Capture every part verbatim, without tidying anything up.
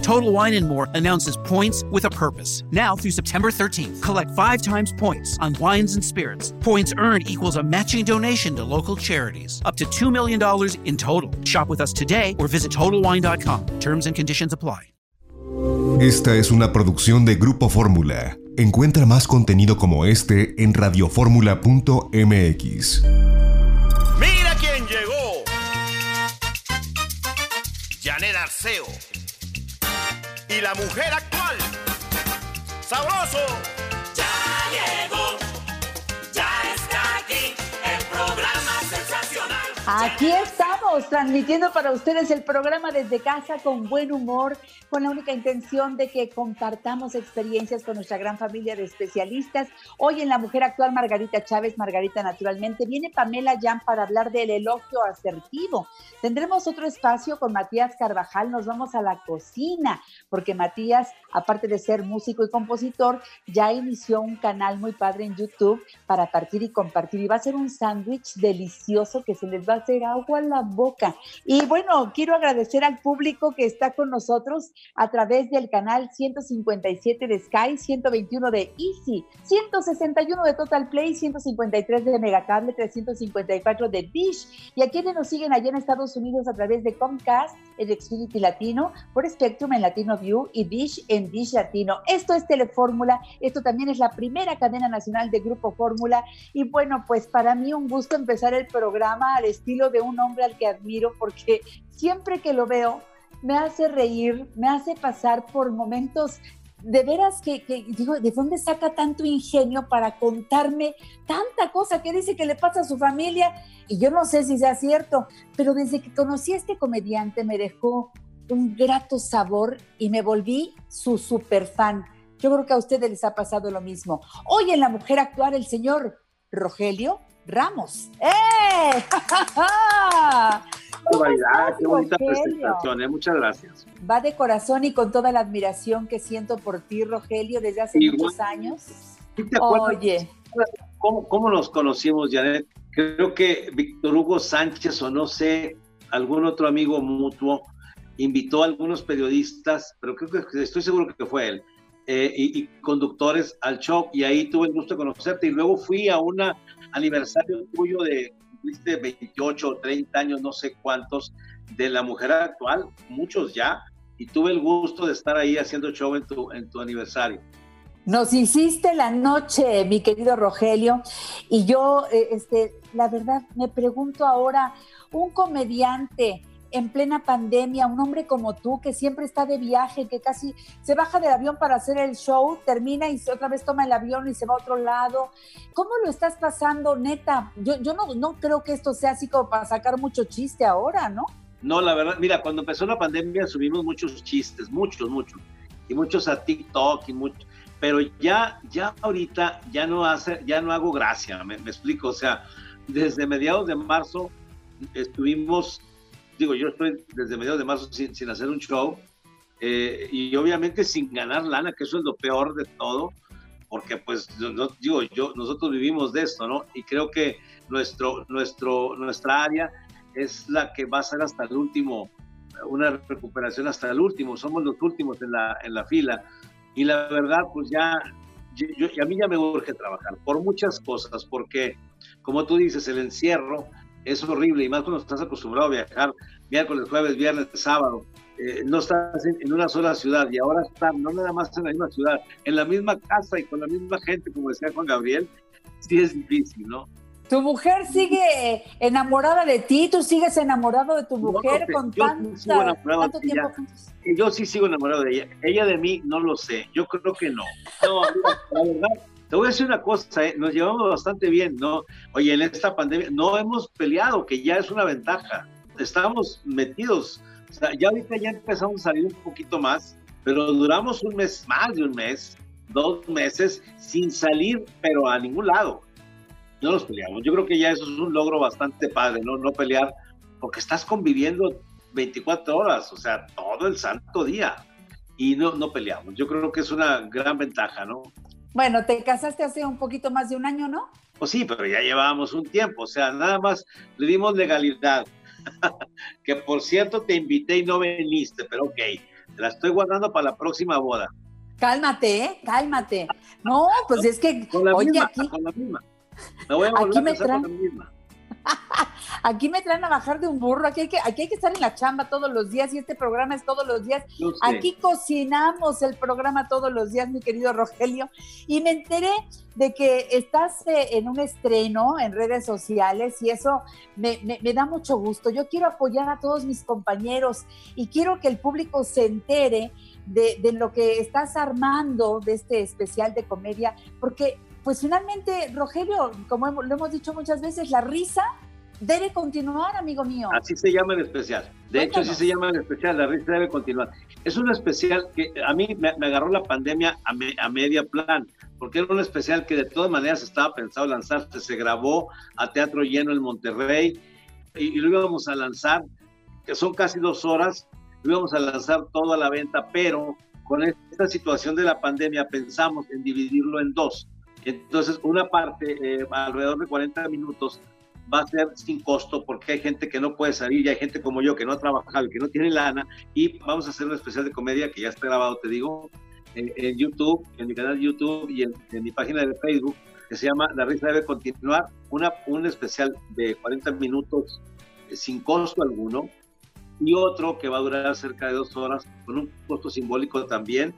Total Wine and More announces points with a purpose. Now through September thirteenth, collect five times points on wines and spirits. Points earned equals a matching donation to local charities. Up to two million dollars in total. Shop with us today or visit total wine dot com. Terms and conditions apply. Esta es una producción de Grupo Fórmula. Encuentra más contenido como este en radioformula punto m x. ¡Mira quién llegó! Janet Arceo. Y la mujer actual. ¡Sabroso! Ya llegó, ya está aquí, el programa sensacional. Aquí estamos, transmitiendo para ustedes el programa desde casa con buen humor, con la única intención de que compartamos experiencias con nuestra gran familia de especialistas. Hoy en La Mujer Actual, Margarita Chávez, Margarita Naturalmente, viene Pamela Yan para hablar del elogio asertivo. Tendremos otro espacio con Matías Carvajal, nos vamos a la cocina, porque Matías, aparte de ser músico y compositor, ya inició un canal muy padre en YouTube para partir y compartir, y va a ser un sándwich delicioso que se les va a hacer agua a la boca. Y bueno, quiero agradecer al público que está con nosotros a través del canal ciento cincuenta y siete de Sky, ciento veintiuno de Easy, ciento sesenta y uno de Total Play, ciento cincuenta y tres de Megacable, trescientos cincuenta y cuatro de Dish, y a quienes nos siguen allá en Estados Unidos a través de Comcast, en Xfinity Latino, por Spectrum en Latino View y Dish en Dish Latino. Esto es Telefórmula, esto también es la primera cadena nacional de Grupo Fórmula, y bueno, pues para mí un gusto empezar el programa al estilo de un hombre al que admiro, porque siempre que lo veo me hace reír, me hace pasar por momentos de veras que, que digo, ¿de dónde saca tanto ingenio para contarme tanta cosa que dice que le pasa a su familia? Y yo no sé si sea cierto, pero desde que conocí a este comediante me dejó un grato sabor y me volví su super fan. Yo creo que a ustedes les ha pasado lo mismo. Hoy en La Mujer Actual, el señor Rogelio Ramos. ¡Eh! ¡Qué variedad! ¡Qué bonita presentación! ¿eh? Muchas gracias. Va de corazón y con toda la admiración que siento por ti, Rogelio, desde hace Igual. muchos años. ¿Sí te acuerdas? Oye. ¿Cómo, ¿Cómo nos conocimos, Janet? Creo que Víctor Hugo Sánchez, o no sé, algún otro amigo mutuo, invitó a algunos periodistas, pero creo que estoy seguro que fue él, eh, y, y conductores al show, y ahí tuve el gusto de conocerte, y luego fui a un aniversario tuyo de cumpliste veintiocho o treinta años, no sé cuántos, de La Mujer Actual, muchos ya, y tuve el gusto de estar ahí haciendo show en tu, en tu aniversario. Nos hiciste la noche, mi querido Rogelio, y yo, eh, este, la verdad, me pregunto ahora, un comediante en plena pandemia, un hombre como tú, que siempre está de viaje, que casi se baja del avión para hacer el show, termina y otra vez toma el avión y se va a otro lado. ¿Cómo lo estás pasando, neta? Yo, yo no, no creo que esto sea así como para sacar mucho chiste ahora, ¿no? No, la verdad, mira, cuando empezó la pandemia subimos muchos chistes, muchos, muchos, y muchos a TikTok, y muchos, pero ya, ya ahorita ya no hace, ya no hago gracia, me, me explico, o sea, desde mediados de marzo estuvimos, digo, yo estoy desde mediados de marzo sin, sin hacer un show, eh, y obviamente sin ganar lana, que eso es lo peor de todo, porque pues, no, digo, yo, nosotros vivimos de esto, ¿no? Y creo que nuestro, nuestro, nuestra área es la que va a ser hasta el último, una recuperación hasta el último, somos los últimos en la, en la fila, y la verdad, pues ya, yo, yo, a mí ya me urge trabajar, por muchas cosas, porque, como tú dices, el encierro es horrible, y más cuando estás acostumbrado a viajar miércoles, jueves, viernes, sábado, eh, no estás en, en una sola ciudad, y ahora estar no nada más en la misma ciudad, en la misma casa y con la misma gente, como decía Juan Gabriel, sí es difícil, ¿no? Tu mujer sigue enamorada de ti, tú sigues enamorado de tu mujer no, no, con yo tanta, sí tanto tiempo juntos. Yo sí sigo enamorado de ella, ella de mí no lo sé, yo creo que no. No, mira, la verdad, te voy a decir una cosa, ¿eh? Nos llevamos bastante bien, ¿no? Oye, en esta pandemia no hemos peleado, que ya es una ventaja, estamos metidos, o sea, ya ahorita ya empezamos a salir un poquito más, pero duramos un mes, más de un mes, dos meses sin salir, pero a ningún lado. No nos peleamos. Yo creo que ya eso es un logro bastante padre, ¿no? No pelear, porque estás conviviendo veinticuatro horas, o sea, todo el santo día, y no, no peleamos. Yo creo que es una gran ventaja, ¿no? Bueno, te casaste hace un poquito más de un año, ¿no? Pues sí, pero ya llevábamos un tiempo, o sea, nada más le dimos legalidad. Que por cierto te invité y no viniste, pero ok. La estoy guardando para la próxima boda. Cálmate, ¿eh? Cálmate. No, pues es que, Con la oye, misma, aquí, con la misma. Me voy a Aquí volver a me casar traen- con la misma. aquí me traen a bajar de un burro, aquí hay, que, aquí hay que estar en la chamba todos los días y este programa es todos los días. Yo sé. Aquí cocinamos el programa todos los días, mi querido Rogelio, y me enteré de que estás eh, en un estreno en redes sociales y eso me, me, me da mucho gusto. Yo quiero apoyar a todos mis compañeros y quiero que el público se entere de, de lo que estás armando de este especial de comedia, porque pues finalmente, Rogelio, como hemos, lo hemos dicho muchas veces, la risa debe continuar, amigo mío. Así se llama el especial. De Cuéntanos. hecho, así se llama el especial. La risa debe continuar. Es un especial que a mí me, me agarró la pandemia a, me, a media plan, porque era un especial que de todas maneras estaba pensado lanzarse. Se grabó a teatro lleno en Monterrey y, y lo íbamos a lanzar, que son casi dos horas, lo íbamos a lanzar todo a la venta, pero con esta situación de la pandemia pensamos en dividirlo en dos. Entonces, una parte, eh, alrededor de cuarenta minutos, va a ser sin costo porque hay gente que no puede salir y hay gente como yo que no ha trabajado y que no tiene lana, y vamos a hacer un especial de comedia que ya está grabado, te digo, en, en YouTube, en mi canal de YouTube y en, en mi página de Facebook, que se llama La Risa Debe Continuar, una, un especial de cuarenta minutos eh, sin costo alguno, y otro que va a durar cerca de dos horas con un costo simbólico también.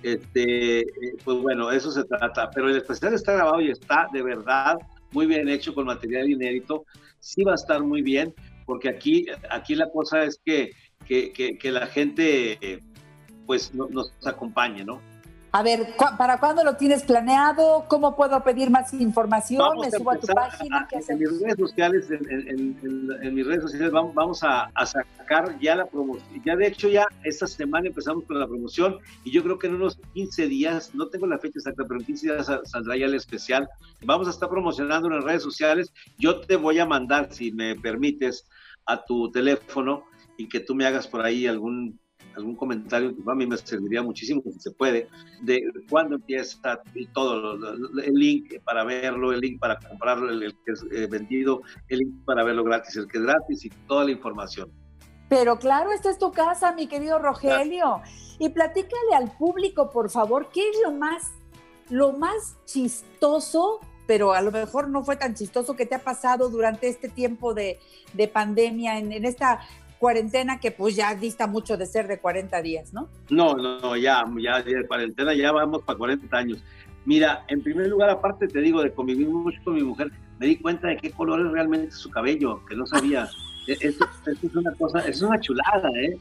Este, eh, pues bueno, eso se trata, pero el especial está grabado y está de verdad muy bien hecho con material inédito. Sí va a estar muy bien, porque aquí, aquí la cosa es que, que, que, que la gente eh, pues no, nos acompañe, ¿no? A ver, ¿cu- ¿para cuándo lo tienes planeado? ¿Cómo puedo pedir más información? Vamos ¿Me a subo a tu empezar página? a- ¿Qué en hacemos? mis redes sociales, en, en- en- en- en mis redes sociales vamos, vamos a, a sacar ya la promoción. Ya de hecho ya esta semana empezamos con la promoción y yo creo que en unos quince días, no tengo la fecha exacta, pero en quince días sal- saldrá ya el especial. Vamos a estar promocionando en las redes sociales. Yo te voy a mandar, si me permites, a tu teléfono y que tú me hagas por ahahí algún algún comentario, que a mí me serviría muchísimo, si se puede, de cuándo empieza y todo, el link para verlo, el link para comprarlo, el, el que es eh, vendido, el link para verlo gratis, el que es gratis y toda la información. Pero claro, esta es tu casa, mi querido Rogelio. Y platícale al público, por favor, ¿qué es lo más, lo más chistoso, pero a lo mejor no fue tan chistoso, que te ha pasado durante este tiempo de, de pandemia, en, en esta cuarentena que pues ya dista mucho de ser de cuarenta días, ¿no? No, no, no, ya, ya, ya de cuarentena, ya vamos para cuarenta años. Mira, en primer lugar, aparte te digo, de convivir mucho con mi mujer, me di cuenta de qué color es realmente su cabello, que no sabía. Esto, esto es una cosa, es una chulada, ¿eh?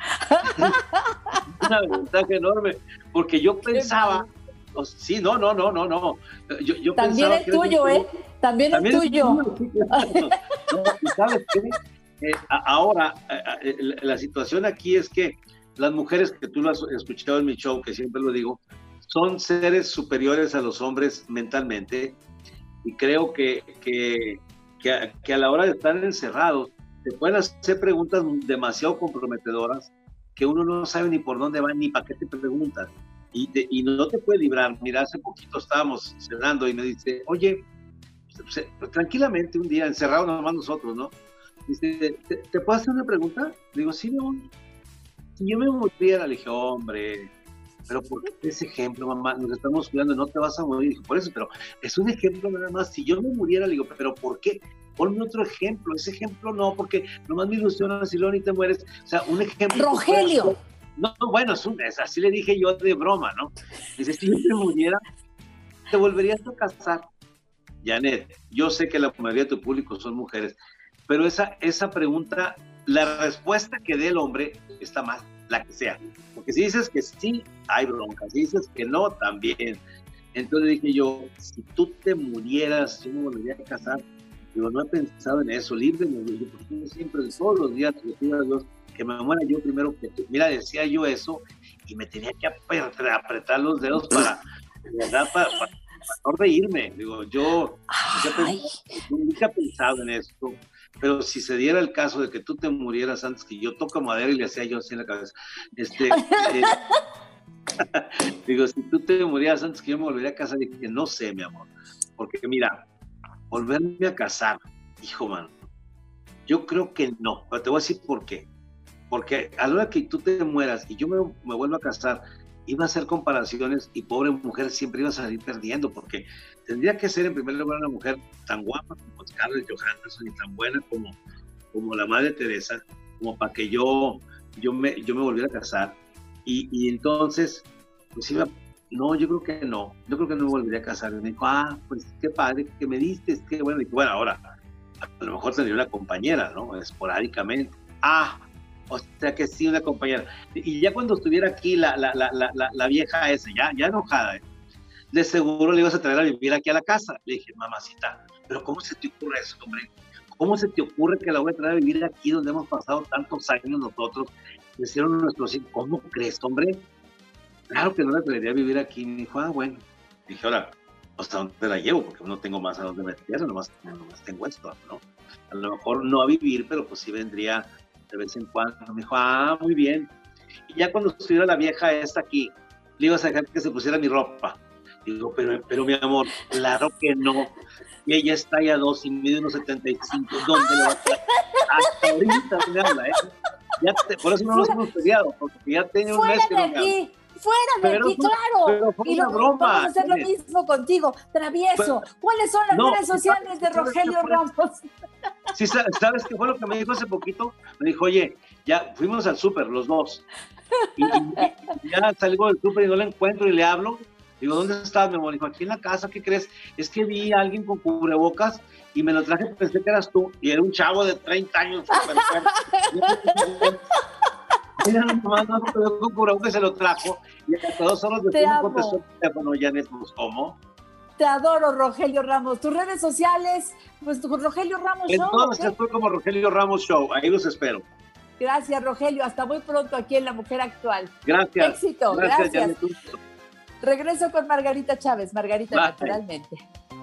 Es una ventaja enorme, porque yo pensaba, oh, sí, no, no, no, no, no. Yo, yo También pensaba es que tuyo, era- ¿eh? También, También es tuyo. sí, claro. No, ¿y sabes qué? Eh, a- ahora, eh, eh, la, la situación aquí es que las mujeres, que tú lo has escuchado en mi show, que siempre lo digo, son seres superiores a los hombres mentalmente, y creo que, que, que, a, que a la hora de estar encerrados, te pueden hacer preguntas demasiado comprometedoras que uno no sabe ni por dónde van ni para qué te preguntan, y, te, y no te puede librar. Mira, hace poquito estábamos cenando y me dice, oye, se, tranquilamente un día, encerrados nomás nosotros, ¿no? Dice, ¿te, ¿te puedo hacer una pregunta? Digo, sí, no. Si yo me muriera, le dije, hombre, pero ¿por qué ese ejemplo, mamá? Nos estamos cuidando, no te vas a morir. Dije, por eso, pero es un ejemplo nada más. Si yo me muriera, le digo, pero ¿por qué? Ponme otro ejemplo. Ese ejemplo no, porque nomás me ilusionas si luego ni te mueres. O sea, un ejemplo. Rogelio. No, bueno, es un, es, así le dije yo de broma, ¿no? Dice, si yo me muriera, ¿te volverías a casar? Janet, yo sé que la mayoría de tu público son mujeres, pero esa, esa pregunta, la respuesta que dé el hombre está mal, la que sea. Porque si dices que sí, hay bronca. Si dices que no, también. Entonces dije yo, si tú te murieras, yo me volvería a casar. Digo, no he pensado en eso, líbreme. Porque yo siempre, todos los días, le pido a Dios que me muera yo primero que tú. Mira, decía yo eso y me tenía que apretar, apretar los dedos para, de verdad, para, para, para no reírme. Digo, yo nunca he, nunca he pensado en esto. Pero si se diera el caso de que tú te murieras antes que yo, toco madera y le hacía yo así en la cabeza. Este, eh, digo, si tú te murieras antes que yo me volvería a casar, dije, no sé, mi amor. Porque mira, volverme a casar, hijo, mano, yo creo que no. Pero te voy a decir por qué. porque a la hora que tú te mueras y yo me, me vuelvo a casar, iba a hacer comparaciones y pobre mujer siempre iba a salir perdiendo, porque tendría que ser en primer lugar una mujer tan guapa como Scarlett Johansson y tan buena como, como la Madre Teresa, como para que yo, yo, me, yo me volviera a casar. Y, y entonces, pues iba, no, yo creo que no, yo creo que no me volvería a casar. Y me dijo, ah, pues qué padre que me diste, qué bueno. Y dije, bueno, ahora, a lo mejor tendría una compañera, ¿no? Esporádicamente. Ah, o sea que sí, una compañera. Y ya cuando estuviera aquí la, la, la, la, la vieja esa, ya, ya enojada, ¿eh? De seguro le ibas a traer a vivir aquí a la casa. Le dije, mamacita, pero ¿cómo se te ocurre eso, hombre? ¿Cómo se te ocurre que la voy a traer a vivir aquí donde hemos pasado tantos años nosotros? Hicieron nuestros hijos. ¿Cómo crees, hombre? Claro que no la traería a vivir aquí. Me dijo, ah, bueno. Dije, ahora, ¿hasta dónde la llevo? Porque no tengo más a dónde meterla, nomás, nomás tengo esto, ¿no? A lo mejor no a vivir, pero pues sí vendría de vez en cuando. Me dijo, ah, muy bien. Y ya cuando estuviera la vieja esta aquí, le ibas a dejar que se pusiera mi ropa. Digo, pero, pero mi amor, claro que no. Y ella está talla dos y mide unos setenta y cinco. ¿Dónde le va a estar? Hasta ahorita me habla, ¿eh? Ya te, por eso no nos hemos peleado, porque ya tiene un mes que no me habla. Fuera de pero aquí, fue, claro. Fue y lo, broma, vamos a hacer lo mismo contigo, travieso. Pero, ¿cuáles son las no, redes sociales de Rogelio Ramos? Sí, ¿sabes qué fue lo que me dijo hace poquito? Me dijo, oye, ya fuimos al súper los dos. Y, y, y ya salgo del súper y no le encuentro y le hablo. Digo, ¿dónde estás, mi amor? Dijo, aquí en la casa, ¿qué crees? Es que vi a alguien con cubrebocas y me lo traje, pensé que eras tú. Y era un chavo de treinta años. Mira, nomás no se quedó con cubrebocas y se lo trajo. Y hasta dos horas después me contestó el teléfono, Janet, pues, ¿cómo? Te adoro, Rogelio Ramos. Tus redes sociales, pues tu Rogelio Ramos Show. Entonces estoy como Rogelio Ramos Show. Ahí los espero. Gracias, Rogelio. Hasta muy pronto aquí en La Mujer Actual. Gracias. Éxito. Gracias. Gracias. Regreso con Margarita Chávez. Margarita, Bye. Naturalmente.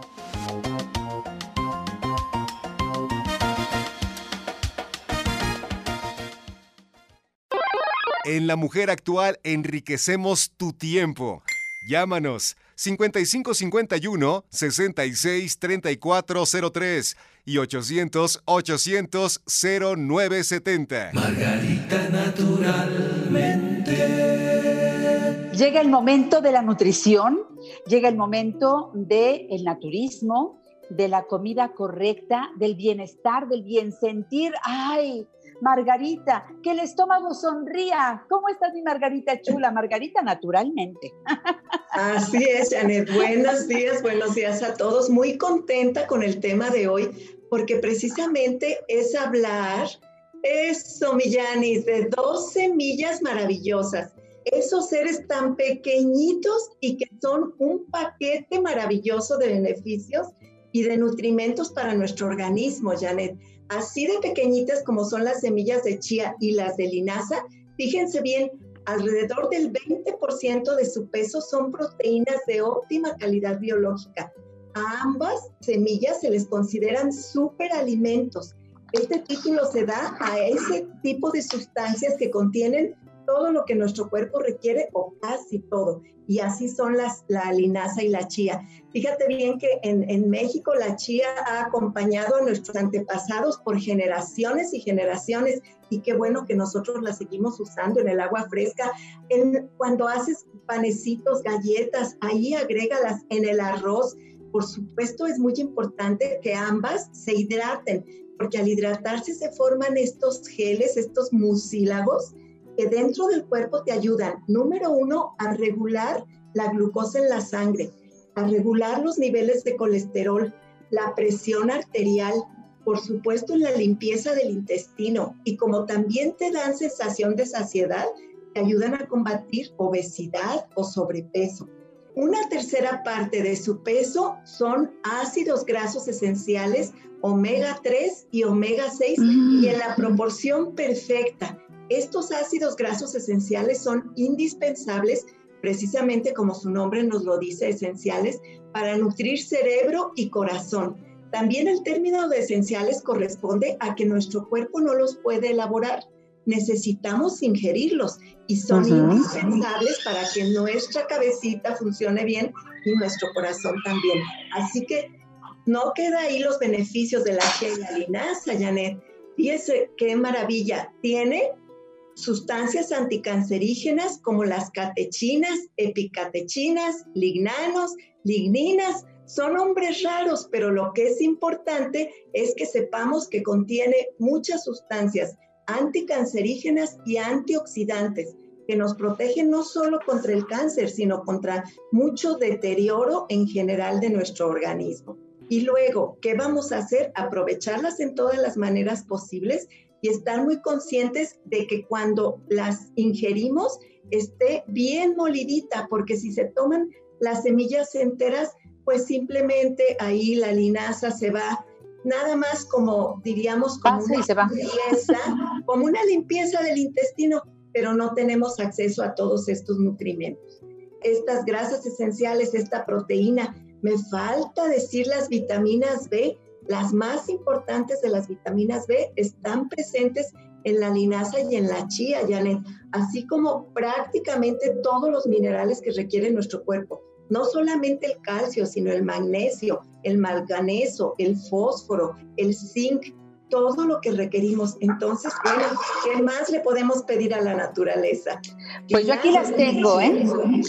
En La Mujer Actual enriquecemos tu tiempo. Llámanos cincuenta y cinco cincuenta y uno, sesenta y seis, treinta y cuatro cero tres y ochocientos, ochocientos, cero nueve setenta. Margarita naturalmente. Llega el momento de la nutrición, llega el momento del naturismo, de la comida correcta, del bienestar, del bien sentir. ¡Ay! Margarita, que el estómago sonría. ¿Cómo estás, mi Margarita chula? Margarita, naturalmente. Así es, Janet. Buenos días, buenos días a todos. Muy contenta con el tema de hoy, porque precisamente es hablar, eso, mi Yanis, de dos semillas maravillosas. Esos seres tan pequeñitos y que son un paquete maravilloso de beneficios y de nutrimentos para nuestro organismo, Janet. Así de pequeñitas como son las semillas de chía y las de linaza, fíjense bien, alrededor del veinte por ciento de su peso son proteínas de óptima calidad biológica. A ambas semillas se les consideran superalimentos. Este título se da a ese tipo de sustancias que contienen todo lo que nuestro cuerpo requiere o casi todo. Y así son las, la linaza y la chía. Fíjate bien que en, en México la chía ha acompañado a nuestros antepasados por generaciones y generaciones. Y qué bueno que nosotros la seguimos usando en el agua fresca. En, cuando haces panecitos, galletas, ahí agrégalas en el arroz. Por supuesto, es muy importante que ambas se hidraten, porque al hidratarse se forman estos geles, estos mucílagos, que dentro del cuerpo te ayudan, número uno, a regular la glucosa en la sangre, a regular los niveles de colesterol, la presión arterial, por supuesto en la limpieza del intestino, y como también te dan sensación de saciedad, te ayudan a combatir obesidad o sobrepeso. Una tercera parte de su peso son ácidos grasos esenciales, omega tres y omega seis, mm. y en la proporción perfecta. Estos ácidos grasos esenciales son indispensables, precisamente como su nombre nos lo dice, esenciales, para nutrir cerebro y corazón. También el término de esenciales corresponde a que nuestro cuerpo no los puede elaborar. Necesitamos ingerirlos y son uh-huh. indispensables para que nuestra cabecita funcione bien y nuestro corazón también. Así que no queda ahí los beneficios de la chía y la linaza, Janet. Fíjese qué maravilla. Tiene sustancias anticancerígenas como las catechinas, epicatechinas, lignanos, ligninas. Son nombres raros, pero lo que es importante es que sepamos que contiene muchas sustancias anticancerígenas y antioxidantes que nos protegen no solo contra el cáncer, sino contra mucho deterioro en general de nuestro organismo. Y luego, ¿qué vamos a hacer? Aprovecharlas en todas las maneras posibles y estar muy conscientes de que cuando las ingerimos esté bien molidita, porque si se toman las semillas enteras, pues simplemente ahí la linaza se va, nada más como diríamos, como Pasa una y se va. limpieza, como una limpieza del intestino, pero no tenemos acceso a todos estos nutrimentos. Estas grasas esenciales, esta proteína, me falta decir las vitaminas B, las más importantes de las vitaminas B están presentes en la linaza y en la chía, Janet, así como prácticamente todos los minerales que requiere nuestro cuerpo. No solamente el calcio, sino el magnesio, el manganeso, el fósforo, el zinc, todo lo que requerimos. Entonces, bueno, ¿qué más le podemos pedir a la naturaleza? Pues yo aquí las tengo, ¿eh?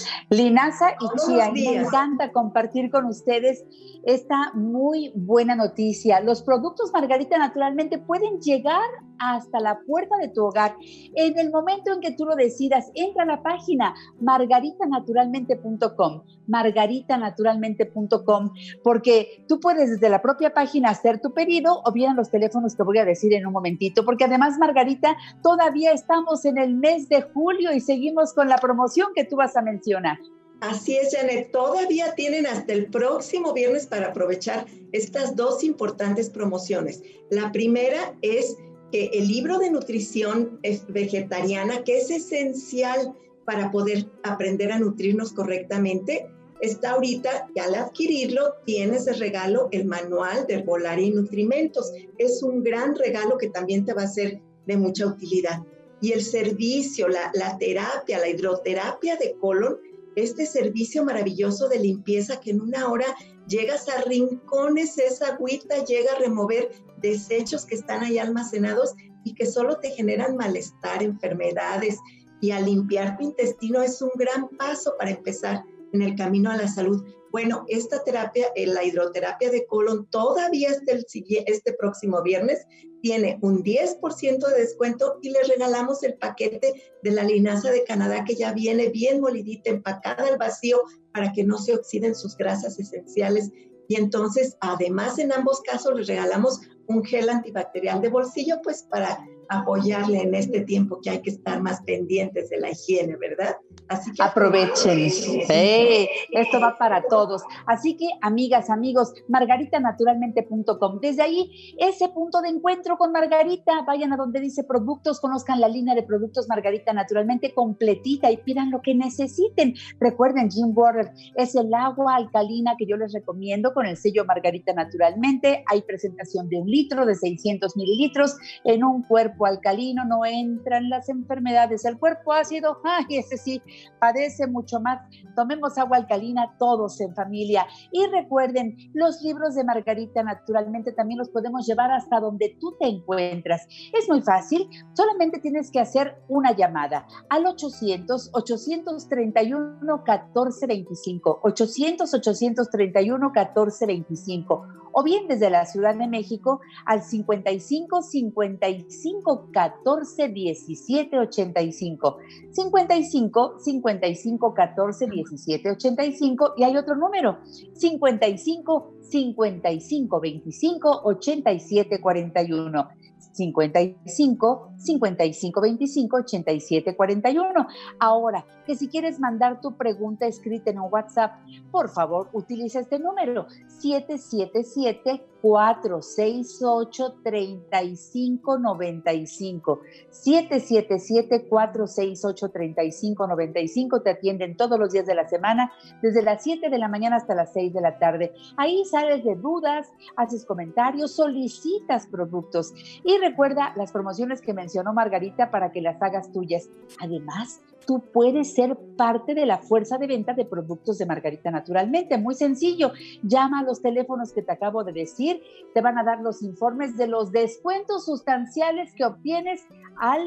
Linaza y Todos chía. los Y me días. encanta compartir con ustedes esta muy buena noticia. Los productos Margarita naturalmente pueden llegar hasta la puerta de tu hogar. En el momento en que tú lo decidas, entra a la página margarita naturalmente punto com, margarita naturalmente punto com, porque tú puedes desde la propia página hacer tu pedido o bien a los teléfonos que voy a decir en un momentito, porque además, Margarita, todavía estamos en el mes de julio y seguimos con la promoción que tú vas a mencionar. Así es, Janet, todavía tienen hasta el próximo viernes para aprovechar estas dos importantes promociones. La primera es que el libro de nutrición vegetariana, que es esencial para poder aprender a nutrirnos correctamente, está ahorita, y al adquirirlo, tienes de regalo el manual de Herbolaria y Nutrimentos. Es un gran regalo que también te va a ser de mucha utilidad. Y el servicio, la, la terapia, la hidroterapia de colon, este servicio maravilloso de limpieza que en una hora llegas a rincones, esa agüita llega a remover desechos que están ahí almacenados y que solo te generan malestar, enfermedades, y al limpiar tu intestino es un gran paso para empezar en el camino a la salud. Bueno, esta terapia, la hidroterapia de colon, todavía este, el, este próximo viernes tiene un diez por ciento de descuento y le regalamos el paquete de la linaza de Canadá que ya viene bien molidita, empacada al vacío para que no se oxiden sus grasas esenciales. Y entonces, además, en ambos casos les regalamos un gel antibacterial de bolsillo, pues para apoyarle en este tiempo que hay que estar más pendientes de la higiene, ¿verdad? Así que aprovechen. Sí, esto va para todos. Así que, amigas, amigos, margarita naturalmente punto com. Desde ahí, ese punto de encuentro con Margarita, vayan a donde dice productos, conozcan la línea de productos Margarita naturalmente completita y pidan lo que necesiten. Recuerden, Jim Water es el agua alcalina que yo les recomiendo con el sello Margarita naturalmente. Hay presentación de un litro, de seiscientos mililitros. En un cuerpo alcalino no entran las enfermedades. El cuerpo ácido, ay, ese sí, padece mucho más. Tomemos agua alcalina todos en familia. Y recuerden, los libros de Margarita naturalmente también los podemos llevar hasta donde tú te encuentras. Es muy fácil, solamente tienes que hacer una llamada al ochocientos, ochocientos treinta y uno, catorce veinticinco, ochocientos, ochocientos treinta y uno, catorce veinticinco, o bien desde la Ciudad de México al cincuenta y cinco, cincuenta y cinco, catorce, diecisiete, ochenta y cinco, cincuenta y cinco, cincuenta y cinco, catorce, diecisiete, ochenta y cinco, y hay otro número, cincuenta y cinco, cincuenta y cinco, veinticinco, ochenta y siete, cuarenta y uno, cincuenta y cinco, cincuenta y cinco, veinticinco, ochenta y siete, cuarenta y uno. Ahora, que si quieres mandar tu pregunta escrita en un WhatsApp, por favor, utiliza este número, siete siete siete, cuatro seis ocho, tres cinco nueve cinco, siete siete siete, cuatro seis ocho, tres cinco nueve cinco. Te atienden todos los días de la semana, desde las siete de la mañana hasta las seis de la tarde. Ahí sales de dudas, haces comentarios, solicitas productos. Y recuerda las promociones que mencionó Margarita para que las hagas tuyas. Además, tú puedes ser parte de la fuerza de venta de productos de Margarita naturalmente. Muy sencillo, llama a los teléfonos que te acabo de decir, te van a dar los informes de los descuentos sustanciales que obtienes al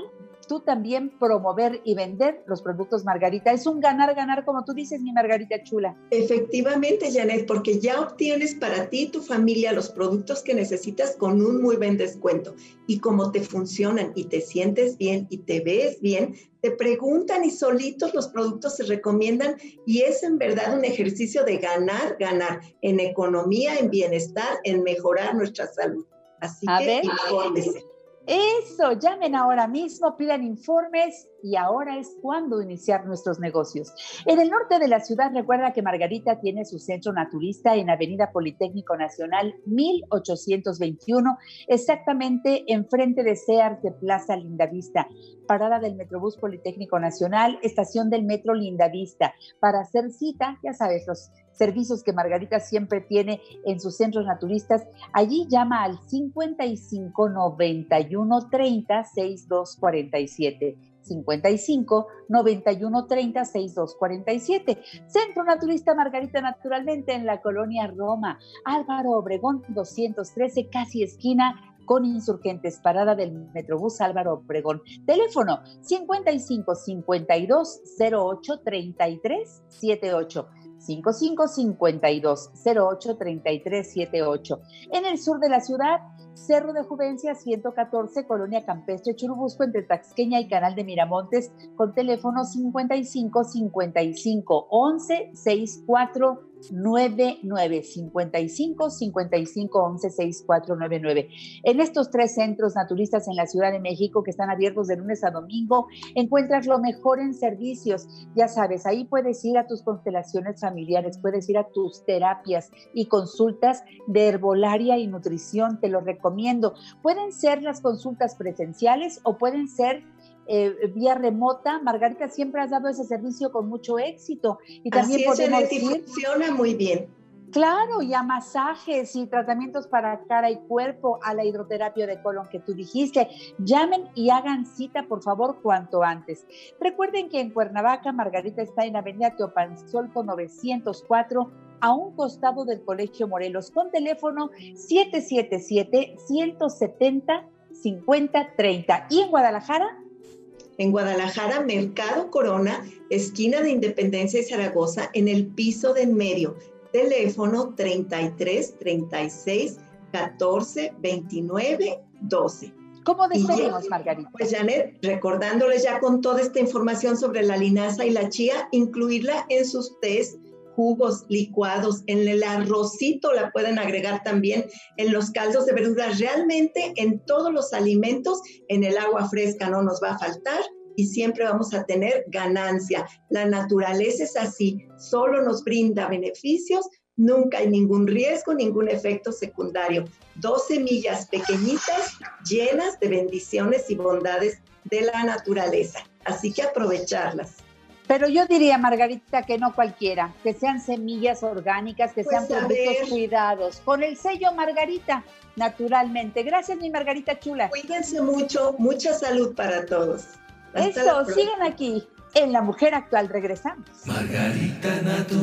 tú también promover y vender los productos Margarita. Es un ganar-ganar, como tú dices, mi Margarita chula. Efectivamente, Janet, porque ya obtienes para ti y tu familia los productos que necesitas con un muy buen descuento. Y como te funcionan y te sientes bien y te ves bien, te preguntan y solitos los productos se recomiendan y es en verdad un ejercicio de ganar, ganar en economía, en bienestar, en mejorar nuestra salud. Así A que ver. infórmese. Eso, llamen ahora mismo, pidan informes y ahora es cuando iniciar nuestros negocios. En el norte de la ciudad, recuerda que Margarita tiene su centro naturista en Avenida Politécnico Nacional mil ochocientos veintiuno, exactamente enfrente de Sears de Plaza Lindavista. Parada del Metrobús Politécnico Nacional, estación del Metro Lindavista. Para hacer cita, ya sabes, los servicios que Margarita siempre tiene en sus centros naturistas, allí llama al cincuenta y cinco noventa y uno treinta sesenta y dos cuarenta y siete. cincuenta y cinco noventa y uno treinta sesenta y dos cuarenta y siete. Centro Naturista Margarita, naturalmente en la colonia Roma, Álvaro Obregón doscientos trece, casi esquina con Insurgentes, parada del Metrobús Álvaro Obregón. Teléfono cincuenta y cinco cincuenta y dos cero ocho treinta y tres setenta y ocho. cincuenta y cinco cincuenta y dos cero ocho treinta y tres setenta y ocho. En el sur de la ciudad, Cerro de Juvencia ciento catorce, Colonia Campestre Churubusco, entre Taxqueña y Canal de Miramontes, con teléfono cincuenta y cinco cincuenta y cinco once sesenta y cuatro noventa y nueve, cincuenta y cinco cincuenta y cinco once sesenta y cuatro noventa y nueve. En estos tres centros naturistas en la Ciudad de México, que están abiertos de lunes a domingo, encuentras lo mejor en servicios. Ya sabes, ahí puedes ir a tus constelaciones familiares, puedes ir a tus terapias y consultas de herbolaria y nutrición, te lo recomiendo. Pueden ser las consultas presenciales o pueden ser Eh, vía remota. Margarita, siempre has dado ese servicio con mucho éxito. Y también Así es, podemos Janet, y ir, funciona muy bien. claro, y a masajes y tratamientos para cara y cuerpo, a la hidroterapia de colon que tú dijiste. Llamen y hagan cita, por favor, cuanto antes. Recuerden que en Cuernavaca, Margarita está en Avenida Teopanzolco novecientos cuatro, a un costado del Colegio Morelos, con teléfono siete siete siete, uno siete cero, cinco cero tres cero. Y en Guadalajara, En Guadalajara, Mercado Corona, esquina de Independencia y Zaragoza, en el piso de en medio. Teléfono treinta y tres, treinta y seis, catorce, veintinueve, doce. ¿cómo Y despedimos, ya, Margarita? Pues Janet, recordándoles ya con toda esta información sobre la linaza y la chía, incluirla en sus tés, jugos, licuados, en el arrocito la pueden agregar también, en los caldos de verduras, realmente en todos los alimentos, en el agua fresca no nos va a faltar y siempre vamos a tener ganancia. La naturaleza es así, solo nos brinda beneficios, nunca hay ningún riesgo, ningún efecto secundario. Dos semillas pequeñitas llenas de bendiciones y bondades de la naturaleza, así que aprovecharlas. Pero yo diría, Margarita, que no cualquiera, que sean semillas orgánicas, que Pues sean a productos ver. cuidados, con el sello Margarita, naturalmente. Gracias, mi Margarita chula. Cuídense mucho, mucha salud para todos. Hasta la Eso, próxima. sigan aquí, en La Mujer Actual, regresamos. Margarita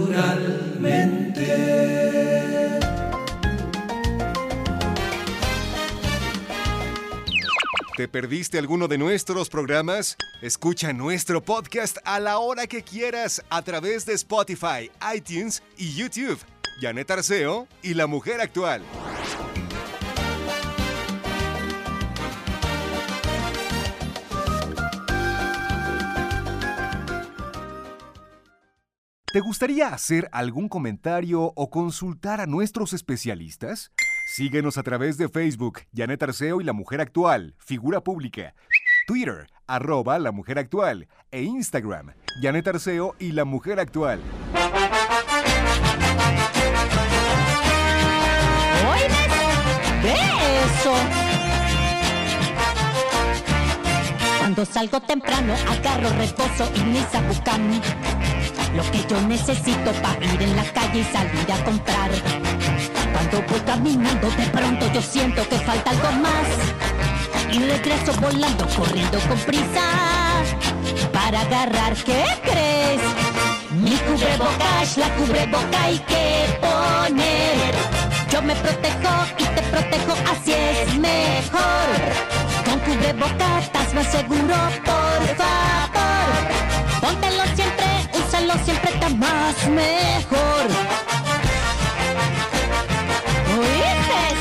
naturalmente. ¿Te perdiste alguno de nuestros programas? Escucha nuestro podcast a la hora que quieras a través de Spotify, iTunes y YouTube. Janet Arceo y La Mujer Actual. ¿Te gustaría hacer algún comentario o consultar a nuestros especialistas? Síguenos a través de Facebook, Janet Arceo y La Mujer Actual, figura pública. Twitter, arroba La Mujer Actual. E Instagram, Janet Arceo y La Mujer Actual. ¿Oyes? ¿Ve eso? Cuando salgo temprano, agarro reposo y mi Sabucán. Lo que yo necesito para ir en la calle y salir a comprar. Cuando voy caminando, de pronto yo siento que falta algo más. Y regreso volando, corriendo con prisa. Para agarrar, ¿qué crees? Mi cubrebocas, la cubreboca hay que poner. Yo me protejo y te protejo, así es mejor. Con cubrebocas, estás más seguro, por favor. Póntelo siempre, úsalo siempre, está más mejor. ¿Oíste?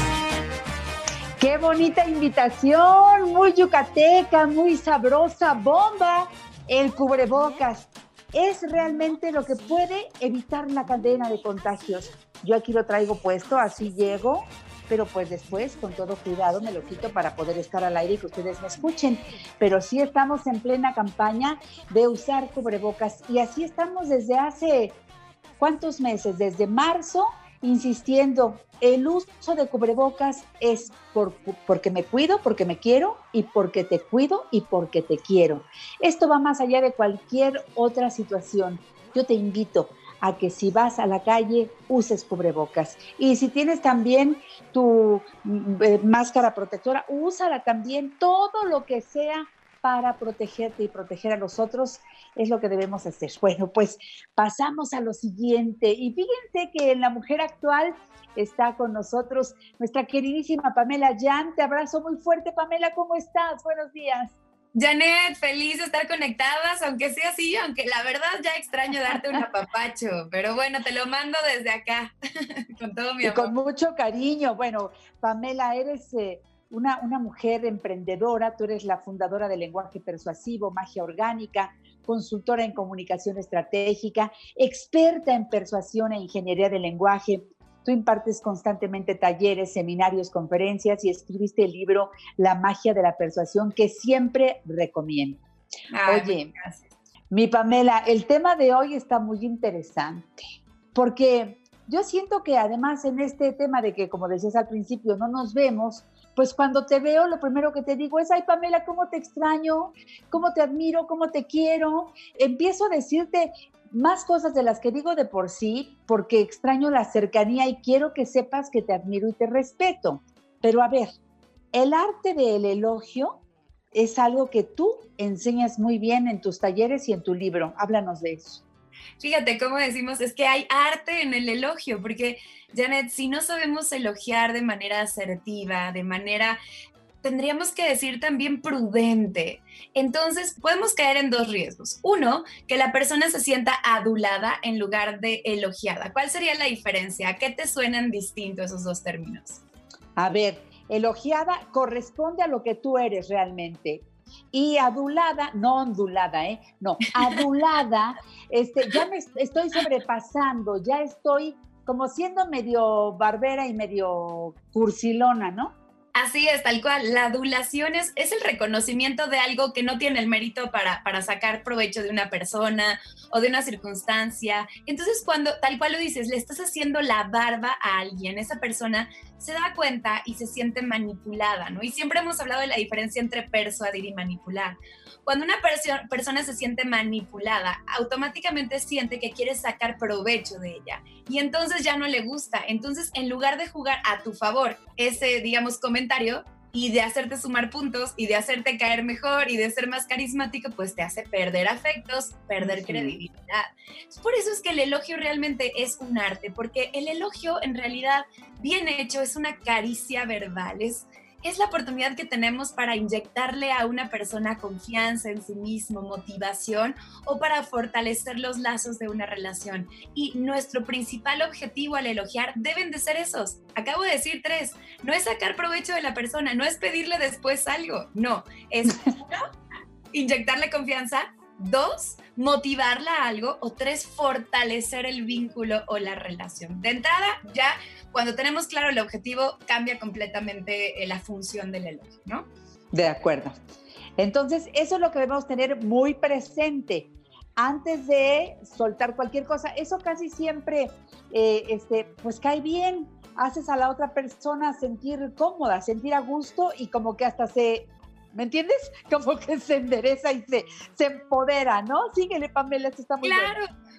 ¡Qué bonita invitación! Muy yucateca, muy sabrosa, bomba. El cubrebocas es realmente lo que puede evitar la cadena de contagios. Yo aquí lo traigo puesto, así llego, pero pues después, con todo cuidado, me lo quito para poder estar al aire y que ustedes me escuchen. Pero sí estamos en plena campaña de usar cubrebocas y así estamos desde hace, ¿cuántos meses? Desde marzo, insistiendo, el uso de cubrebocas es por, porque me cuido, porque me quiero y porque te cuido y porque te quiero. Esto va más allá de cualquier otra situación. Yo te invito a que si vas a la calle uses cubrebocas. Y si tienes también tu eh, máscara protectora, úsala también. Todo lo que sea para protegerte y proteger a los otros es lo que debemos hacer. Bueno, pues pasamos a lo siguiente. Y fíjense que en La Mujer Actual está con nosotros nuestra queridísima Pamela Yan. Te abrazo muy fuerte, Pamela. ¿Cómo estás? Buenos días. Janet, feliz de estar conectadas, aunque sea así, aunque la verdad ya extraño darte un apapacho, pero bueno, te lo mando desde acá, con todo mi amor. Y con mucho cariño. Bueno, Pamela, eres eh, una, una mujer emprendedora, tú eres la fundadora de Lenguaje Persuasivo, Magia Orgánica, consultora en comunicación estratégica, experta en persuasión e ingeniería del lenguaje. Tú impartes constantemente talleres, seminarios, conferencias y escribiste el libro La Magia de la Persuasión, que siempre recomiendo. Ay, Oye, mi Pamela, el tema de hoy está muy interesante, porque yo siento que además en este tema de que, como decías al principio, no nos vemos, pues cuando te veo, lo primero que te digo es, ay, Pamela, ¿cómo te extraño? ¿Cómo te admiro? ¿Cómo te quiero? Empiezo a decirte más cosas de las que digo de por sí, porque extraño la cercanía y quiero que sepas que te admiro y te respeto. Pero a ver, el arte del elogio es algo que tú enseñas muy bien en tus talleres y en tu libro. Háblanos de eso. Fíjate cómo decimos, es que hay arte en el elogio, porque, Janet, si no sabemos elogiar de manera asertiva, de manera... tendríamos que decir también prudente. Entonces, podemos caer en dos riesgos. Uno, que la persona se sienta adulada en lugar de elogiada. ¿Cuál sería la diferencia? ¿A qué te suenan distintos esos dos términos? A ver, elogiada corresponde a lo que tú eres realmente. Y adulada, no ondulada, ¿eh? No, adulada, este, ya me estoy sobrepasando, ya estoy como siendo medio barbera y medio cursilona, ¿no? Así es, tal cual. La adulación es, es el reconocimiento de algo que no tiene el mérito para, para sacar provecho de una persona o de una circunstancia. Entonces, cuando tal cual lo dices, le estás haciendo la barba a alguien, esa persona se da cuenta y se siente manipulada, ¿no? Y siempre hemos hablado de la diferencia entre persuadir y manipular. Cuando una perso- persona se siente manipulada, automáticamente siente que quiere sacar provecho de ella y entonces ya no le gusta. Entonces, en lugar de jugar a tu favor ese, digamos, comentario y de hacerte sumar puntos y de hacerte caer mejor y de ser más carismático, pues te hace perder afectos, perder sí. credibilidad. Por eso es que el elogio realmente es un arte, porque el elogio en realidad, bien hecho, es una caricia verbal, es... es la oportunidad que tenemos para inyectarle a una persona confianza en sí mismo, motivación o para fortalecer los lazos de una relación. Y nuestro principal objetivo al elogiar deben de ser esos. Acabo de decir tres. No es sacar provecho de la persona, no es pedirle después algo. No, es uno, inyectarle confianza. Dos, motivarla a algo. O tres, fortalecer el vínculo o la relación. De entrada, ya cuando tenemos claro el objetivo, cambia completamente la función del elogio, ¿no? De acuerdo. Entonces, eso es lo que debemos tener muy presente antes de soltar cualquier cosa. Eso casi siempre, eh, este, pues cae bien. Haces a la otra persona sentir cómoda, sentir a gusto y como que hasta se... ¿me entiendes? Como que se endereza y se, se empodera, ¿no? Síguele, Pamela, esto está muy claro. bueno.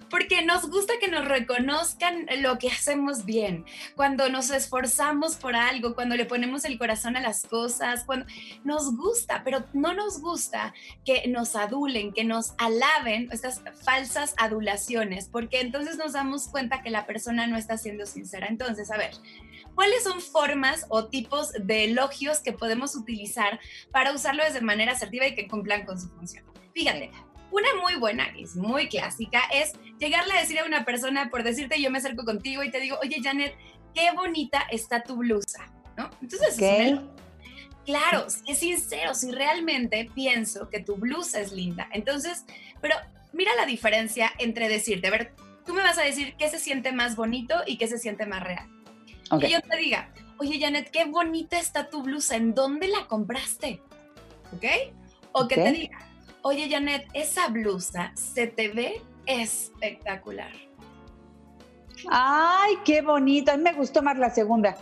Porque nos gusta que nos reconozcan lo que hacemos bien, cuando nos esforzamos por algo, cuando le ponemos el corazón a las cosas, cuando nos gusta, pero no nos gusta que nos adulen, que nos alaben, estas falsas adulaciones, porque entonces nos damos cuenta que la persona no está siendo sincera. Entonces, a ver, ¿cuáles son formas o tipos de elogios que podemos utilizar para usarlo de manera asertiva y que cumplan con su función? Fíjate, una muy buena, es muy clásica, es llegarle a decir a una persona, por decirte, yo me acerco contigo y te digo, oye, Janet, qué bonita está tu blusa, ¿no? Entonces, Okay. es un, claro, si es sincero, si realmente pienso que tu blusa es linda. Entonces, pero mira la diferencia entre decirte, a ver, tú me vas a decir qué se siente más bonito y qué se siente más real. Okay. Que yo te diga, oye, Janet, qué bonita está tu blusa, ¿en dónde la compraste? ¿Ok? O que Ok. te diga, oye, Janet, esa blusa se te ve espectacular. Ay, qué bonito. A mí me gustó más la segunda.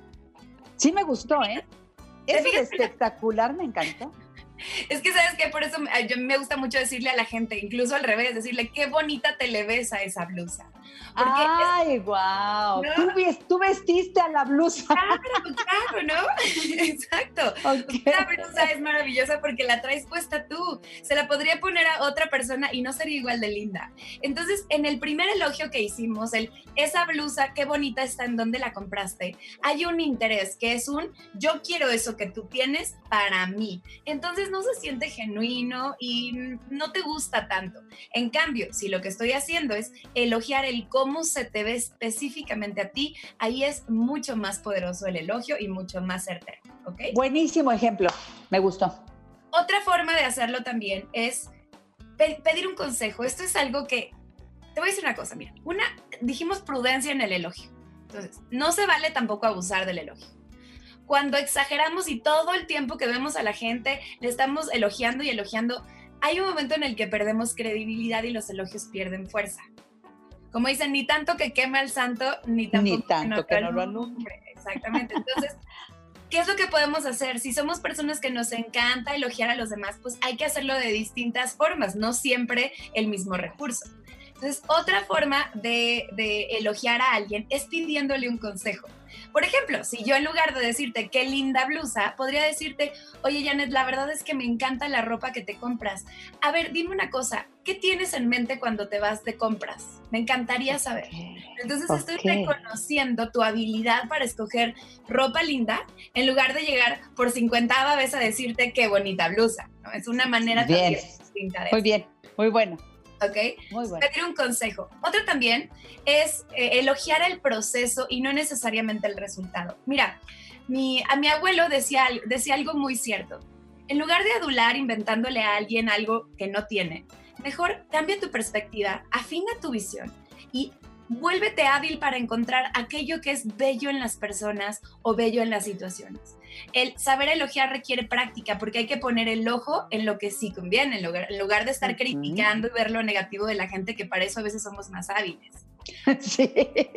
Sí me gustó, ¿eh? Eso de fijas? espectacular me encantó. Es que, ¿sabes qué? Por eso me- yo me gusta mucho decirle a la gente, incluso al revés, decirle, qué bonita te le ves a esa blusa. Porque Ay, wow. ¿No? Tú, ves- tú vestiste a la blusa. Claro, claro, ¿no? Exacto. Ok. La blusa es maravillosa porque la traes puesta tú. Se la podría poner a otra persona y no sería igual de linda. Entonces, en el primer elogio que hicimos, el esa blusa, qué bonita está, ¿en dónde la compraste? Hay un interés que es un, yo quiero eso que tú tienes para mí. Entonces, no se siente genuino y no te gusta tanto. En cambio, si lo que estoy haciendo es elogiar el cómo se te ve específicamente a ti, ahí es mucho más poderoso el elogio y mucho más certero, ¿ok? Buenísimo ejemplo. Me gustó. Otra forma de hacerlo también es pe- pedir un consejo. Esto es algo que, te voy a decir una cosa, mira, una, dijimos prudencia en el elogio. Entonces, no se vale tampoco abusar del elogio. Cuando exageramos y todo el tiempo que vemos a la gente le estamos elogiando y elogiando, hay un momento en el que perdemos credibilidad y los elogios pierden fuerza. Como dicen, ni tanto que queme al santo, ni tampoco Ni tanto que no lo alumbre. Exactamente. Entonces, ¿qué es lo que podemos hacer? Si somos personas que nos encanta elogiar a los demás, pues hay que hacerlo de distintas formas, no siempre el mismo recurso. Entonces, otra forma de, de elogiar a alguien es pidiéndole un consejo. Por ejemplo, si yo en lugar de decirte qué linda blusa, podría decirte, oye, Janet, la verdad es que me encanta la ropa que te compras. A ver, dime una cosa, ¿qué tienes en mente cuando te vas de compras? Me encantaría saber. Entonces Ok. estoy reconociendo tu habilidad para escoger ropa linda en lugar de llegar por cincuentava vez a decirte qué bonita blusa, ¿no? Es una manera Bien. también distinta de Muy bien. Muy bueno. ¿ok? Muy bueno. Pedir un consejo. Otro también es eh, elogiar el proceso y no necesariamente el resultado. Mira, mi, a mi abuelo decía, decía algo muy cierto. En lugar de adular inventándole a alguien algo que no tiene, mejor cambia tu perspectiva, afina tu visión y vuélvete hábil para encontrar aquello que es bello en las personas o bello en las situaciones. El saber elogiar requiere práctica porque hay que poner el ojo en lo que sí conviene, en lugar, en lugar de estar Ujú. criticando y ver lo negativo de la gente, que para eso a veces somos más hábiles. Sí.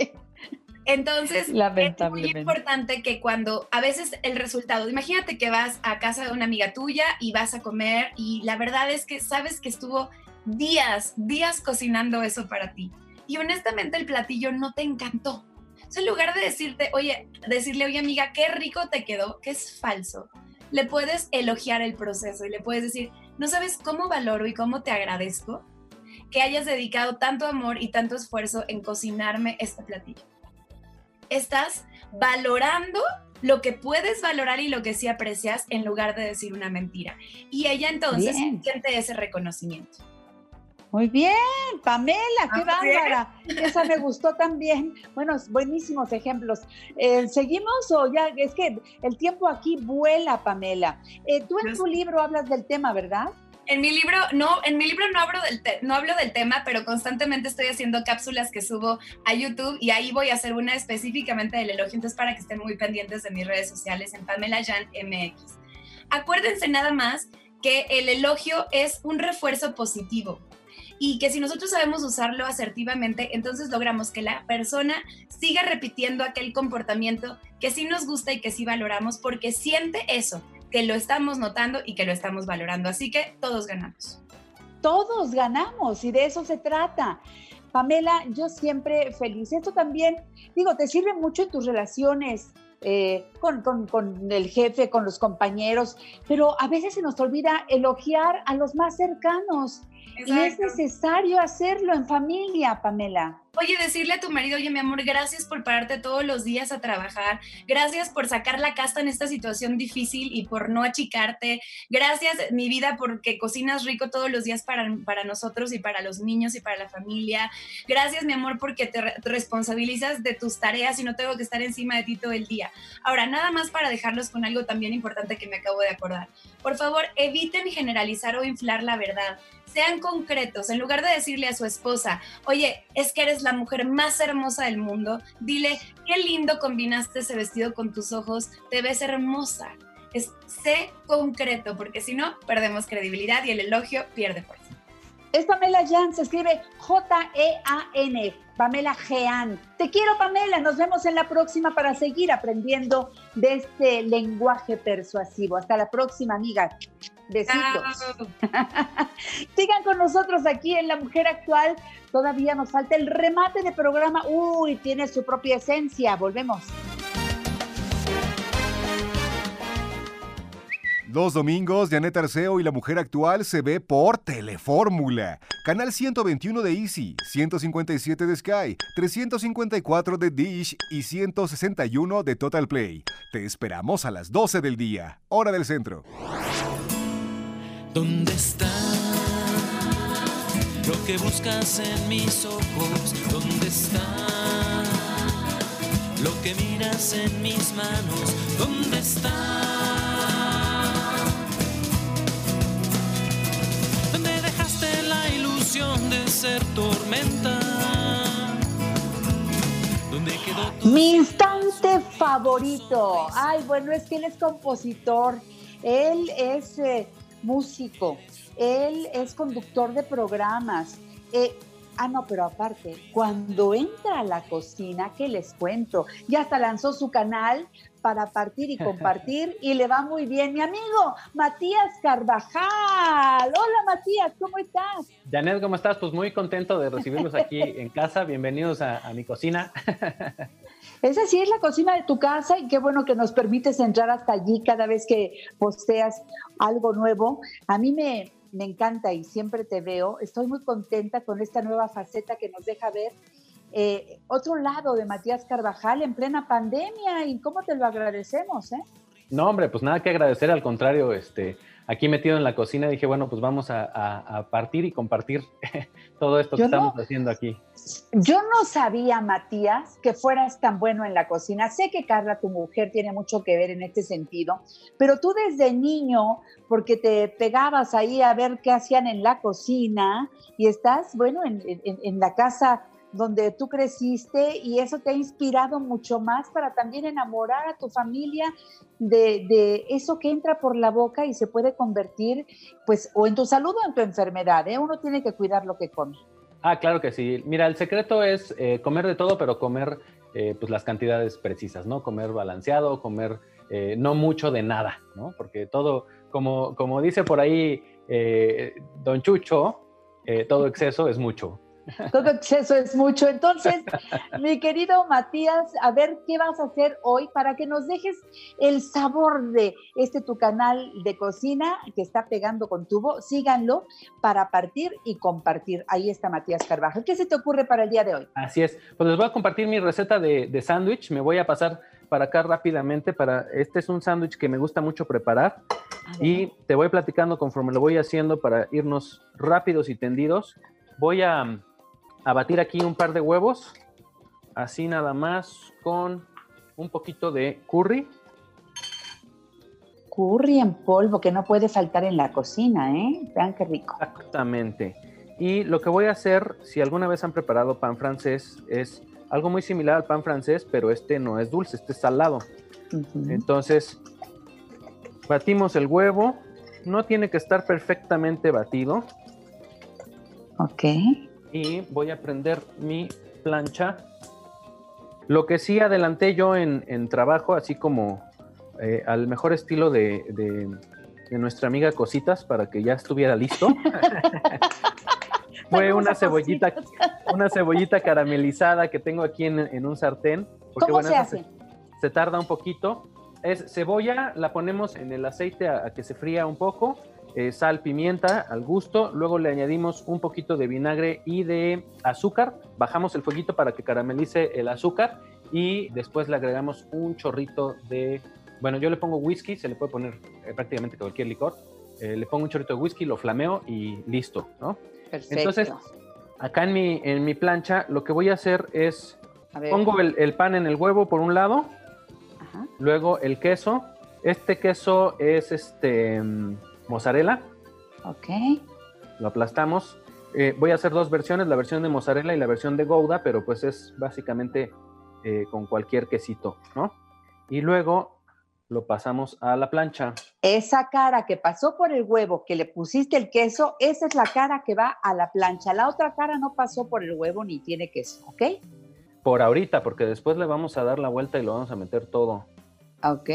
Entonces, es muy Lamentablemente. importante que cuando a veces el resultado, imagínate que vas a casa de una amiga tuya y vas a comer y la verdad es que sabes que estuvo días, días cocinando eso para ti. Y honestamente el platillo no te encantó. Entonces, en lugar de decirte, oye, decirle, oye amiga, qué rico te quedó, que es falso, le puedes elogiar el proceso y le puedes decir, no sabes cómo valoro y cómo te agradezco que hayas dedicado tanto amor y tanto esfuerzo en cocinarme este platillo. Estás valorando lo que puedes valorar y lo que sí aprecias en lugar de decir una mentira. Y ella entonces Bien. siente ese reconocimiento. Muy bien, Pamela, qué Ah, bien. bárbara. Esa me gustó también. Bueno, buenísimos ejemplos. Eh, ¿Seguimos o ya? Es que el tiempo aquí vuela, Pamela. Eh, tú en Yo tu libro hablas del tema, ¿verdad? En mi libro, no, en mi libro no hablo del, te- no hablo del tema, pero constantemente estoy haciendo cápsulas que subo a YouTube y ahí voy a hacer una específicamente del elogio, entonces para que estén muy pendientes de mis redes sociales en Pamela Jan M X. Acuérdense nada más que el elogio es un refuerzo positivo y que si nosotros sabemos usarlo asertivamente, entonces logramos que la persona siga repitiendo aquel comportamiento que sí nos gusta y que sí valoramos porque siente eso, que lo estamos notando y que lo estamos valorando. Así que todos ganamos. Todos ganamos y de eso se trata. Pamela, yo siempre feliz. Esto también, digo, te sirve mucho en tus relaciones eh, con, con, con el jefe, con los compañeros, pero a veces se nos olvida elogiar a los más cercanos. Exacto. Y es necesario hacerlo en familia, Pamela. Oye, decirle a tu marido, oye, mi amor, gracias por pararte todos los días a trabajar, gracias por sacar la casta en esta situación difícil y por no achicarte, gracias, mi vida, porque cocinas rico todos los días para, para nosotros y para los niños y para la familia, gracias, mi amor, porque te, re- te responsabilizas de tus tareas y no tengo que estar encima de ti todo el día. Ahora, nada más para dejarlos con algo también importante que me acabo de acordar. Por favor, eviten generalizar o inflar la verdad. Sean concretos. En lugar de decirle a su esposa, oye, es que eres la mujer más hermosa del mundo, dile, qué lindo combinaste ese vestido con tus ojos, te ves hermosa. Es, sé concreto, porque si no, perdemos credibilidad y el elogio pierde fuerza. Es Pamela Jan, se escribe J E A N, Pamela Jean. Te quiero, Pamela, nos vemos en la próxima para seguir aprendiendo de este lenguaje persuasivo. Hasta la próxima, amiga. Besitos. Sigan con nosotros aquí en La Mujer Actual. Todavía nos falta el remate de programa. Uy, tiene su propia esencia. Volvemos. Los domingos, Janet Arceo y La Mujer Actual se ve por Telefórmula. Canal ciento veintiuno de Easy, ciento cincuenta y siete de Sky, trescientos cincuenta y cuatro de Dish y ciento sesenta y uno de Total Play. Te esperamos a las doce del día, hora del centro. ¿Dónde está lo que buscas en mis ojos? ¿Dónde está lo que miras en mis manos? ¿Dónde está? ¿Dónde dejaste la ilusión de ser tormenta? ¿Dónde quedó tu... Mi instante favorito. Ay, bueno, es que él es compositor. Él es... Eh, músico, él es conductor de programas. Eh, ah, no, pero aparte, cuando entra a la cocina, ¿qué les cuento? Ya hasta lanzó su canal para partir y compartir y le va muy bien. Mi amigo Matías Carvajal. Hola, Matías, ¿cómo estás? Janet, ¿cómo estás? Pues muy contento de recibirlos aquí en casa. Bienvenidos a, a mi cocina. Esa sí es la cocina de tu casa y qué bueno que nos permites entrar hasta allí cada vez que posteas algo nuevo. A mí me, me encanta y siempre te veo. Estoy muy contenta con esta nueva faceta que nos deja ver eh, otro lado de Matías Carvajal en plena pandemia y cómo te lo agradecemos, ¿eh? No, hombre, pues nada que agradecer, al contrario, este, aquí metido en la cocina dije, bueno, pues vamos a, a, a partir y compartir todo esto que Yo estamos no... haciendo aquí. Yo no sabía, Matías, que fueras tan bueno en la cocina. Sé que Carla, tu mujer, tiene mucho que ver en este sentido, pero tú desde niño, porque te pegabas ahí a ver qué hacían en la cocina y estás, bueno, en, en, en la casa donde tú creciste y eso te ha inspirado mucho más para también enamorar a tu familia de, de eso que entra por la boca y se puede convertir, pues, o en tu salud o en tu enfermedad, ¿eh? Uno tiene que cuidar lo que come. Ah, claro que sí. Mira, el secreto es eh, comer de todo, pero comer eh, pues las cantidades precisas, ¿no? Comer balanceado, comer eh, no mucho de nada, ¿no? Porque todo, como, como dice por ahí eh, Don Chucho, eh, todo exceso es mucho. Todo exceso es mucho. Entonces, mi querido Matías, a ver qué vas a hacer hoy para que nos dejes el sabor de este tu canal de cocina que está pegando con tubo. Síganlo para partir y compartir. Ahí está Matías Carvajal. ¿Qué se te ocurre para el día de hoy? Así es. Pues les voy a compartir mi receta de, de sándwich. Me voy a pasar para acá rápidamente. Para Este es un sándwich que me gusta mucho preparar. Y te voy platicando conforme lo voy haciendo para irnos rápidos y tendidos. Voy a... a batir aquí un par de huevos, así nada más, con un poquito de curry. Curry en polvo, que no puede faltar en la cocina, ¿eh? Vean qué rico. Exactamente. Y lo que voy a hacer, si alguna vez han preparado pan francés, es algo muy similar al pan francés, pero este no es dulce, este es salado. Uh-huh. Entonces, batimos el huevo. No tiene que estar perfectamente batido. Ok. Y voy a prender mi plancha. Lo que sí adelanté yo en, en trabajo, así como eh, al mejor estilo de, de, de nuestra amiga Cositas, para que ya estuviera listo. Fue una cebollita, una cebollita caramelizada que tengo aquí en, en un sartén. Porque, ¿Cómo bueno, se hace? Se, se tarda un poquito. Es cebolla, la ponemos en el aceite a, a que se fría un poco. Eh, sal, pimienta al gusto. Luego le añadimos un poquito de vinagre y de azúcar. Bajamos el fueguito para que caramelice el azúcar. Y después le agregamos un chorrito de... Bueno, yo le pongo whisky, se le puede poner eh, prácticamente cualquier licor. Eh, le pongo un chorrito de whisky, lo flameo y listo, ¿no? Perfecto. Entonces, acá en mi, en mi plancha, lo que voy a hacer es... A ver. Pongo el, el pan en el huevo por un lado. Ajá. Luego el queso. Este queso es este mozzarella. Ok. Lo aplastamos. Eh, voy a hacer dos versiones, la versión de mozzarella y la versión de Gouda, pero pues es básicamente eh, con cualquier quesito, ¿no? Y luego lo pasamos a la plancha. Esa cara que pasó por el huevo, que le pusiste el queso, esa es la cara que va a la plancha. La otra cara no pasó por el huevo ni tiene queso, ¿ok? Por ahorita, porque después le vamos a dar la vuelta y lo vamos a meter todo. Ok.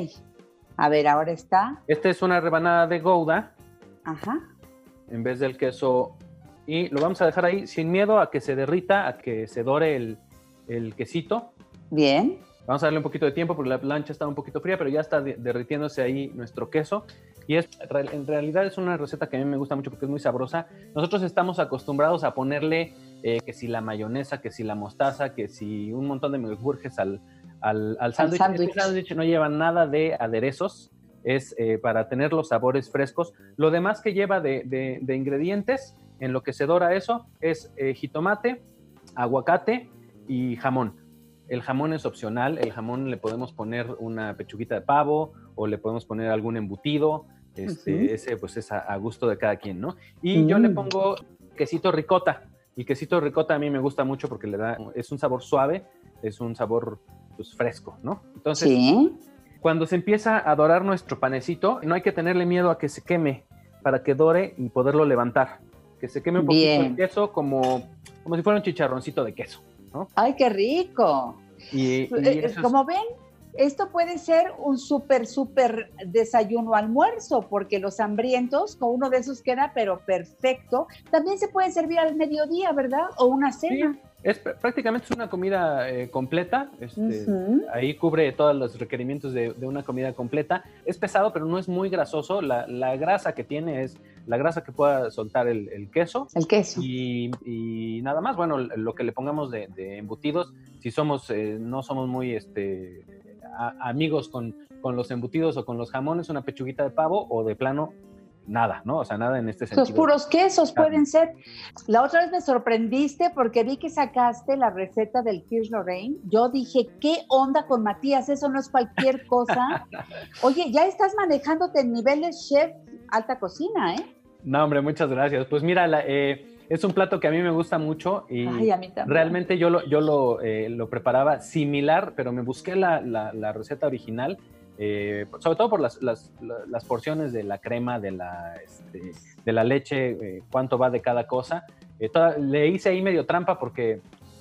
A ver, ahora está. Esta es una rebanada de Gouda. Ajá. En vez del queso. Y lo vamos a dejar ahí sin miedo a que se derrita, a que se dore el, el quesito. Bien. Vamos a darle un poquito de tiempo porque la plancha está un poquito fría, pero ya está de- derritiéndose ahí nuestro queso. Y es, en realidad es una receta que a mí me gusta mucho porque es muy sabrosa. Nosotros estamos acostumbrados a ponerle eh, que si la mayonesa, que si la mostaza, que si un montón de menjurjes al, al, al sándwich. sándwich. Este sándwich no lleva nada de aderezos, es eh, para tener los sabores frescos. Lo demás que lleva de, de, de ingredientes, en lo que se dora eso, es eh, jitomate, aguacate y jamón. El jamón es opcional, el jamón le podemos poner una pechuguita de pavo o le podemos poner algún embutido, este, Ujú. ese pues es a, a gusto de cada quien, ¿no? Y yo le Mm. pongo quesito ricota. El quesito ricota a mí me gusta mucho porque le da, es un sabor suave, es un sabor pues fresco, ¿no? Entonces, Sí. cuando se empieza a dorar nuestro panecito, no hay que tenerle miedo a que se queme para que dore y poderlo levantar. Que se queme un poquito Bien. el queso como, como si fuera un chicharroncito de queso, ¿no? Ay, qué rico. Y, y Eh, eso es- Como ven, esto puede ser un súper, súper desayuno almuerzo, porque los hambrientos, con uno de esos queda, pero perfecto. También se puede servir al mediodía, ¿verdad? O una cena. es pr- prácticamente es una comida eh, completa. Este, Ujú. Ahí cubre todos los requerimientos de, de una comida completa. Es pesado, pero no es muy grasoso. La, la grasa que tiene es la grasa que pueda soltar el, el queso. El queso. Y, y nada más, bueno, lo que le pongamos de, de embutidos, si somos, eh, no somos muy este, a- amigos con, con los embutidos o con los jamones, una pechuguita de pavo o de plano, nada, ¿no? O sea, nada en este sentido. Los puros quesos Carne. pueden ser. La otra vez me sorprendiste porque vi que sacaste la receta del Kirsch Lorraine. Yo dije, ¿qué onda con Matías? Eso no es cualquier cosa. Oye, ya estás manejándote en niveles chef alta cocina, ¿eh? No, hombre, muchas gracias. Pues mira, la, eh, es un plato que a mí me gusta mucho y Ay, a mí también. realmente yo lo, yo lo, eh, lo preparaba similar, pero me busqué la, la- la receta original, eh, sobre todo por las, las- la- las porciones de la crema, de la, este, de la leche, eh, cuánto va de cada cosa. Eh, toda- le hice ahí medio trampa porque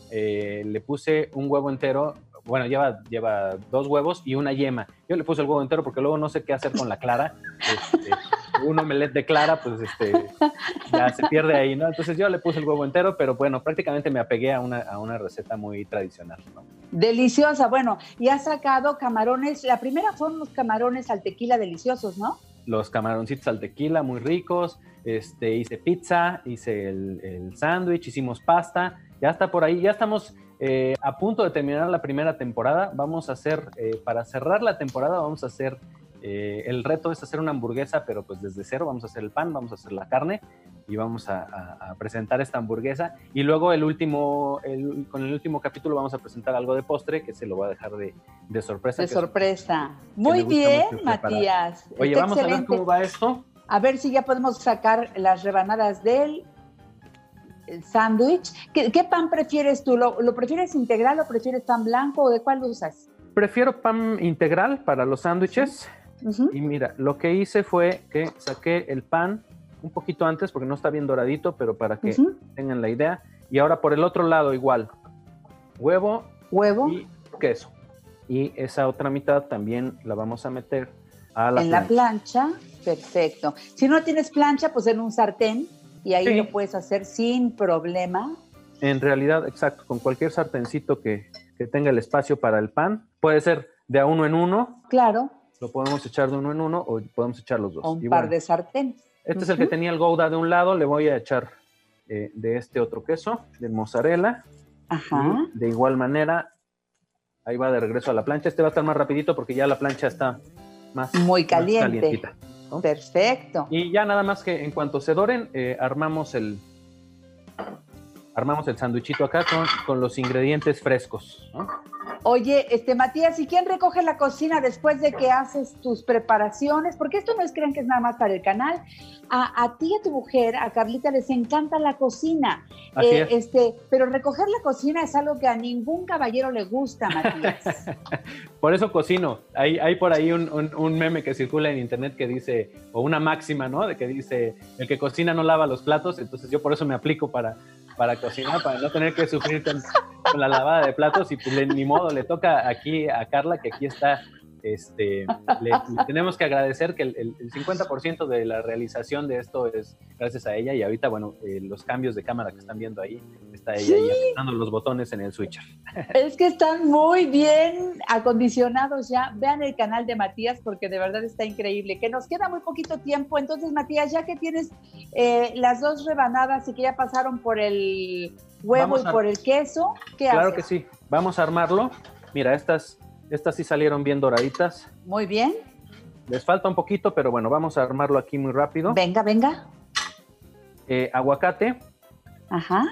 eh, le puse un huevo entero. Bueno, lleva, lleva dos huevos y una yema. Yo le puse el huevo entero porque luego no sé qué hacer con la clara. Este, un omelette de clara, pues este, ya se pierde ahí, ¿no? Entonces yo le puse el huevo entero, pero bueno, prácticamente me apegué a una, a una receta muy tradicional, ¿no? Deliciosa, bueno, y has sacado camarones. La primera fueron los camarones al tequila deliciosos, ¿no? Los camaroncitos al tequila muy ricos, este, hice pizza, hice el, el sándwich, hicimos pasta, ya está por ahí, ya estamos eh, a punto de terminar la primera temporada. Vamos a hacer, eh, para cerrar la temporada, vamos a hacer, eh, el reto es hacer una hamburguesa, pero pues desde cero, vamos a hacer el pan, vamos a hacer la carne y vamos a, a- a presentar esta hamburguesa. Y luego el último, el- con el último capítulo vamos a presentar algo de postre que se lo voy a dejar de, de sorpresa. De que es- sorpresa. me Muy gusta bien, mucho preparar. Matías. Oye, Está vamos a ver excelente. cómo va esto. A ver si ya podemos sacar las rebanadas del el sándwich. ¿Qué, qué pan prefieres tú? ¿Lo, ¿Lo prefieres integral o prefieres pan blanco o de cuál usas? Prefiero pan integral para los sándwiches. Ujú. Y mira, lo que hice fue que saqué el pan un poquito antes porque no está bien doradito, pero para que Ujú. tengan la idea. Y ahora por el otro lado igual, huevo Huevo y queso. Y esa otra mitad también la vamos a meter a la en plancha. la plancha. Perfecto. Si no tienes plancha, pues en un sartén y ahí Sí. lo puedes hacer sin problema. En realidad, exacto, con cualquier sartencito que, que tenga el espacio para el pan, puede ser de a uno en uno. Claro. Lo podemos echar de uno en uno o podemos echar los dos. O un Y par bueno, de sartenes. este Uh-huh. es el que tenía el Gouda de un lado, le voy a echar eh, de este otro queso, del mozzarella. Ajá. Y de igual manera, ahí va de regreso a la plancha. Este va a estar más rapidito porque ya la plancha está más, Muy más caliente. calientita, ¿no? Perfecto. Y ya nada más que en cuanto se doren, eh, armamos el armamos el sándwichito acá con, con los ingredientes frescos, ¿no? Oye, este Matías, ¿y quién recoge la cocina después de que haces tus preparaciones? Porque esto no es, crean que es nada más para el canal. A, a ti y a tu mujer, a Carlita, les encanta la cocina. Así Eh, es. este, pero recoger la cocina es algo que a ningún caballero le gusta, Matías. Por eso cocino. Hay, hay por ahí un, un, un meme que circula en internet que dice, o una máxima, ¿no? De que dice, el que cocina no lava los platos. Entonces yo por eso me aplico para, para cocinar, para no tener que sufrir con, con la lavada de platos. Y pues le- ni modo, le toca aquí a Carla, que aquí está. Este, le, le tenemos que agradecer que el, el, el cincuenta por ciento de la realización de esto es gracias a ella. Y ahorita, bueno, eh, los cambios de cámara que están viendo ahí, está ella ahí apretando los botones en el switcher. Es que están muy bien acondicionados ya. Vean el canal de Matías porque de verdad está increíble. Que nos queda muy poquito tiempo. Entonces, Matías, ya que tienes eh, las dos rebanadas y que ya pasaron por el huevo Vamos y a- por el queso, ¿qué Claro haces? que sí. Vamos a armarlo. Mira, estas, estas sí salieron bien doraditas. Muy bien. Les falta un poquito, pero bueno, vamos a armarlo aquí muy rápido. Venga, venga. Eh, aguacate. Ajá.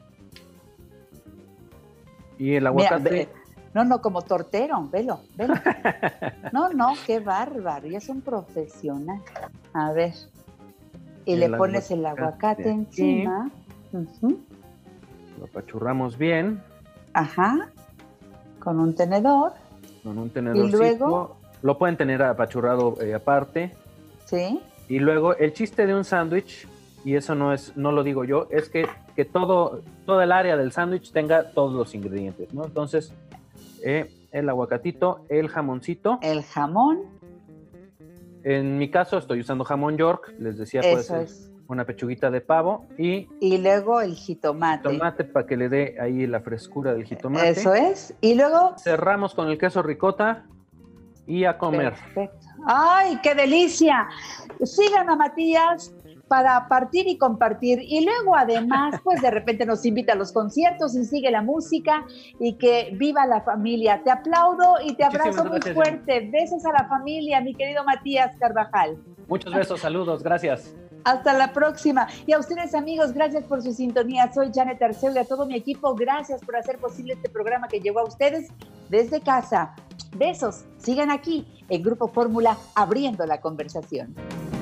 Y el Mira, aguacate. ve- no, no, como tortero, velo, velo. No, no, qué bárbaro, ya es un profesional. A ver. Y El le pones el aguacate aguacate aquí. encima. Ujú. Lo apachurramos bien Ajá. Con un tenedor. con un tenedorcito. luego? Lo pueden tener apachurrado eh, aparte. Sí. Y luego el chiste de un sándwich, y eso no es, no lo digo yo, es que, que todo, todo el área del sándwich tenga todos los ingredientes, ¿no? Entonces, eh, el aguacatito, el jamoncito. El jamón. En mi caso estoy usando jamón York, les decía, puede Eso ser es. una pechuguita de pavo y Y luego el jitomate. tomate para que le dé ahí la frescura del jitomate. Eso es. Y luego. Cerramos con el queso ricota y a comer. Perfecto. ¡Ay, qué delicia! Sigan a Matías para partir y compartir. Y luego, además, pues de repente nos invita a los conciertos y sigue la música y que viva la familia. Te aplaudo y te abrazo Muchísimas muy gracias, fuerte. Besos a la familia, mi querido Matías Carvajal. Muchos besos, saludos, gracias. Hasta la próxima. Y a ustedes, amigos, gracias por su sintonía. Soy Janet Arceo y a todo mi equipo, gracias por hacer posible este programa que llegó a ustedes desde casa. Besos. Sigan aquí en Grupo Fórmula, abriendo la conversación.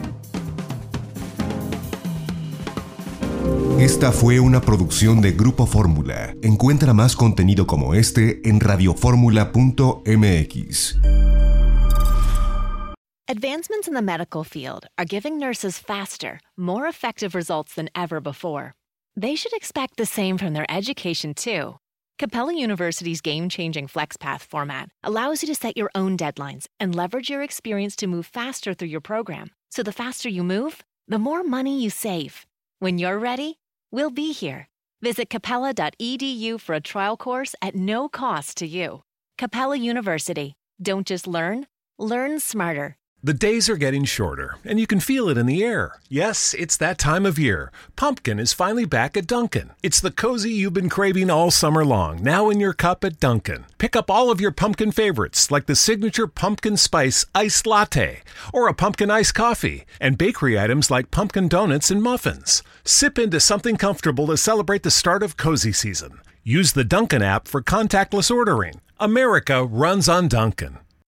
Esta fue una producción de Grupo Fórmula. Encuentra más contenido como este en radioformula punto m x. Advancements in the medical field are giving nurses faster, more effective results than ever before. They should expect the same from their education, too. Capella University's game-changing FlexPath format allows you to set your own deadlines and leverage your experience to move faster through your program. So the faster you move, the more money you save. When you're ready, we'll be here. Visit capella dot e d u for a trial course at no cost to you. Capella University. Don't just learn, learn smarter. The days are getting shorter, and you can feel it in the air. Yes, it's that time of year. Pumpkin is finally back at Dunkin'. It's the cozy you've been craving all summer long, now in your cup at Dunkin'. Pick up all of your pumpkin favorites, like the signature pumpkin spice iced latte, or a pumpkin iced coffee, and bakery items like pumpkin donuts and muffins. Sip into something comfortable to celebrate the start of cozy season. Use the Dunkin' app for contactless ordering. America runs on Dunkin'.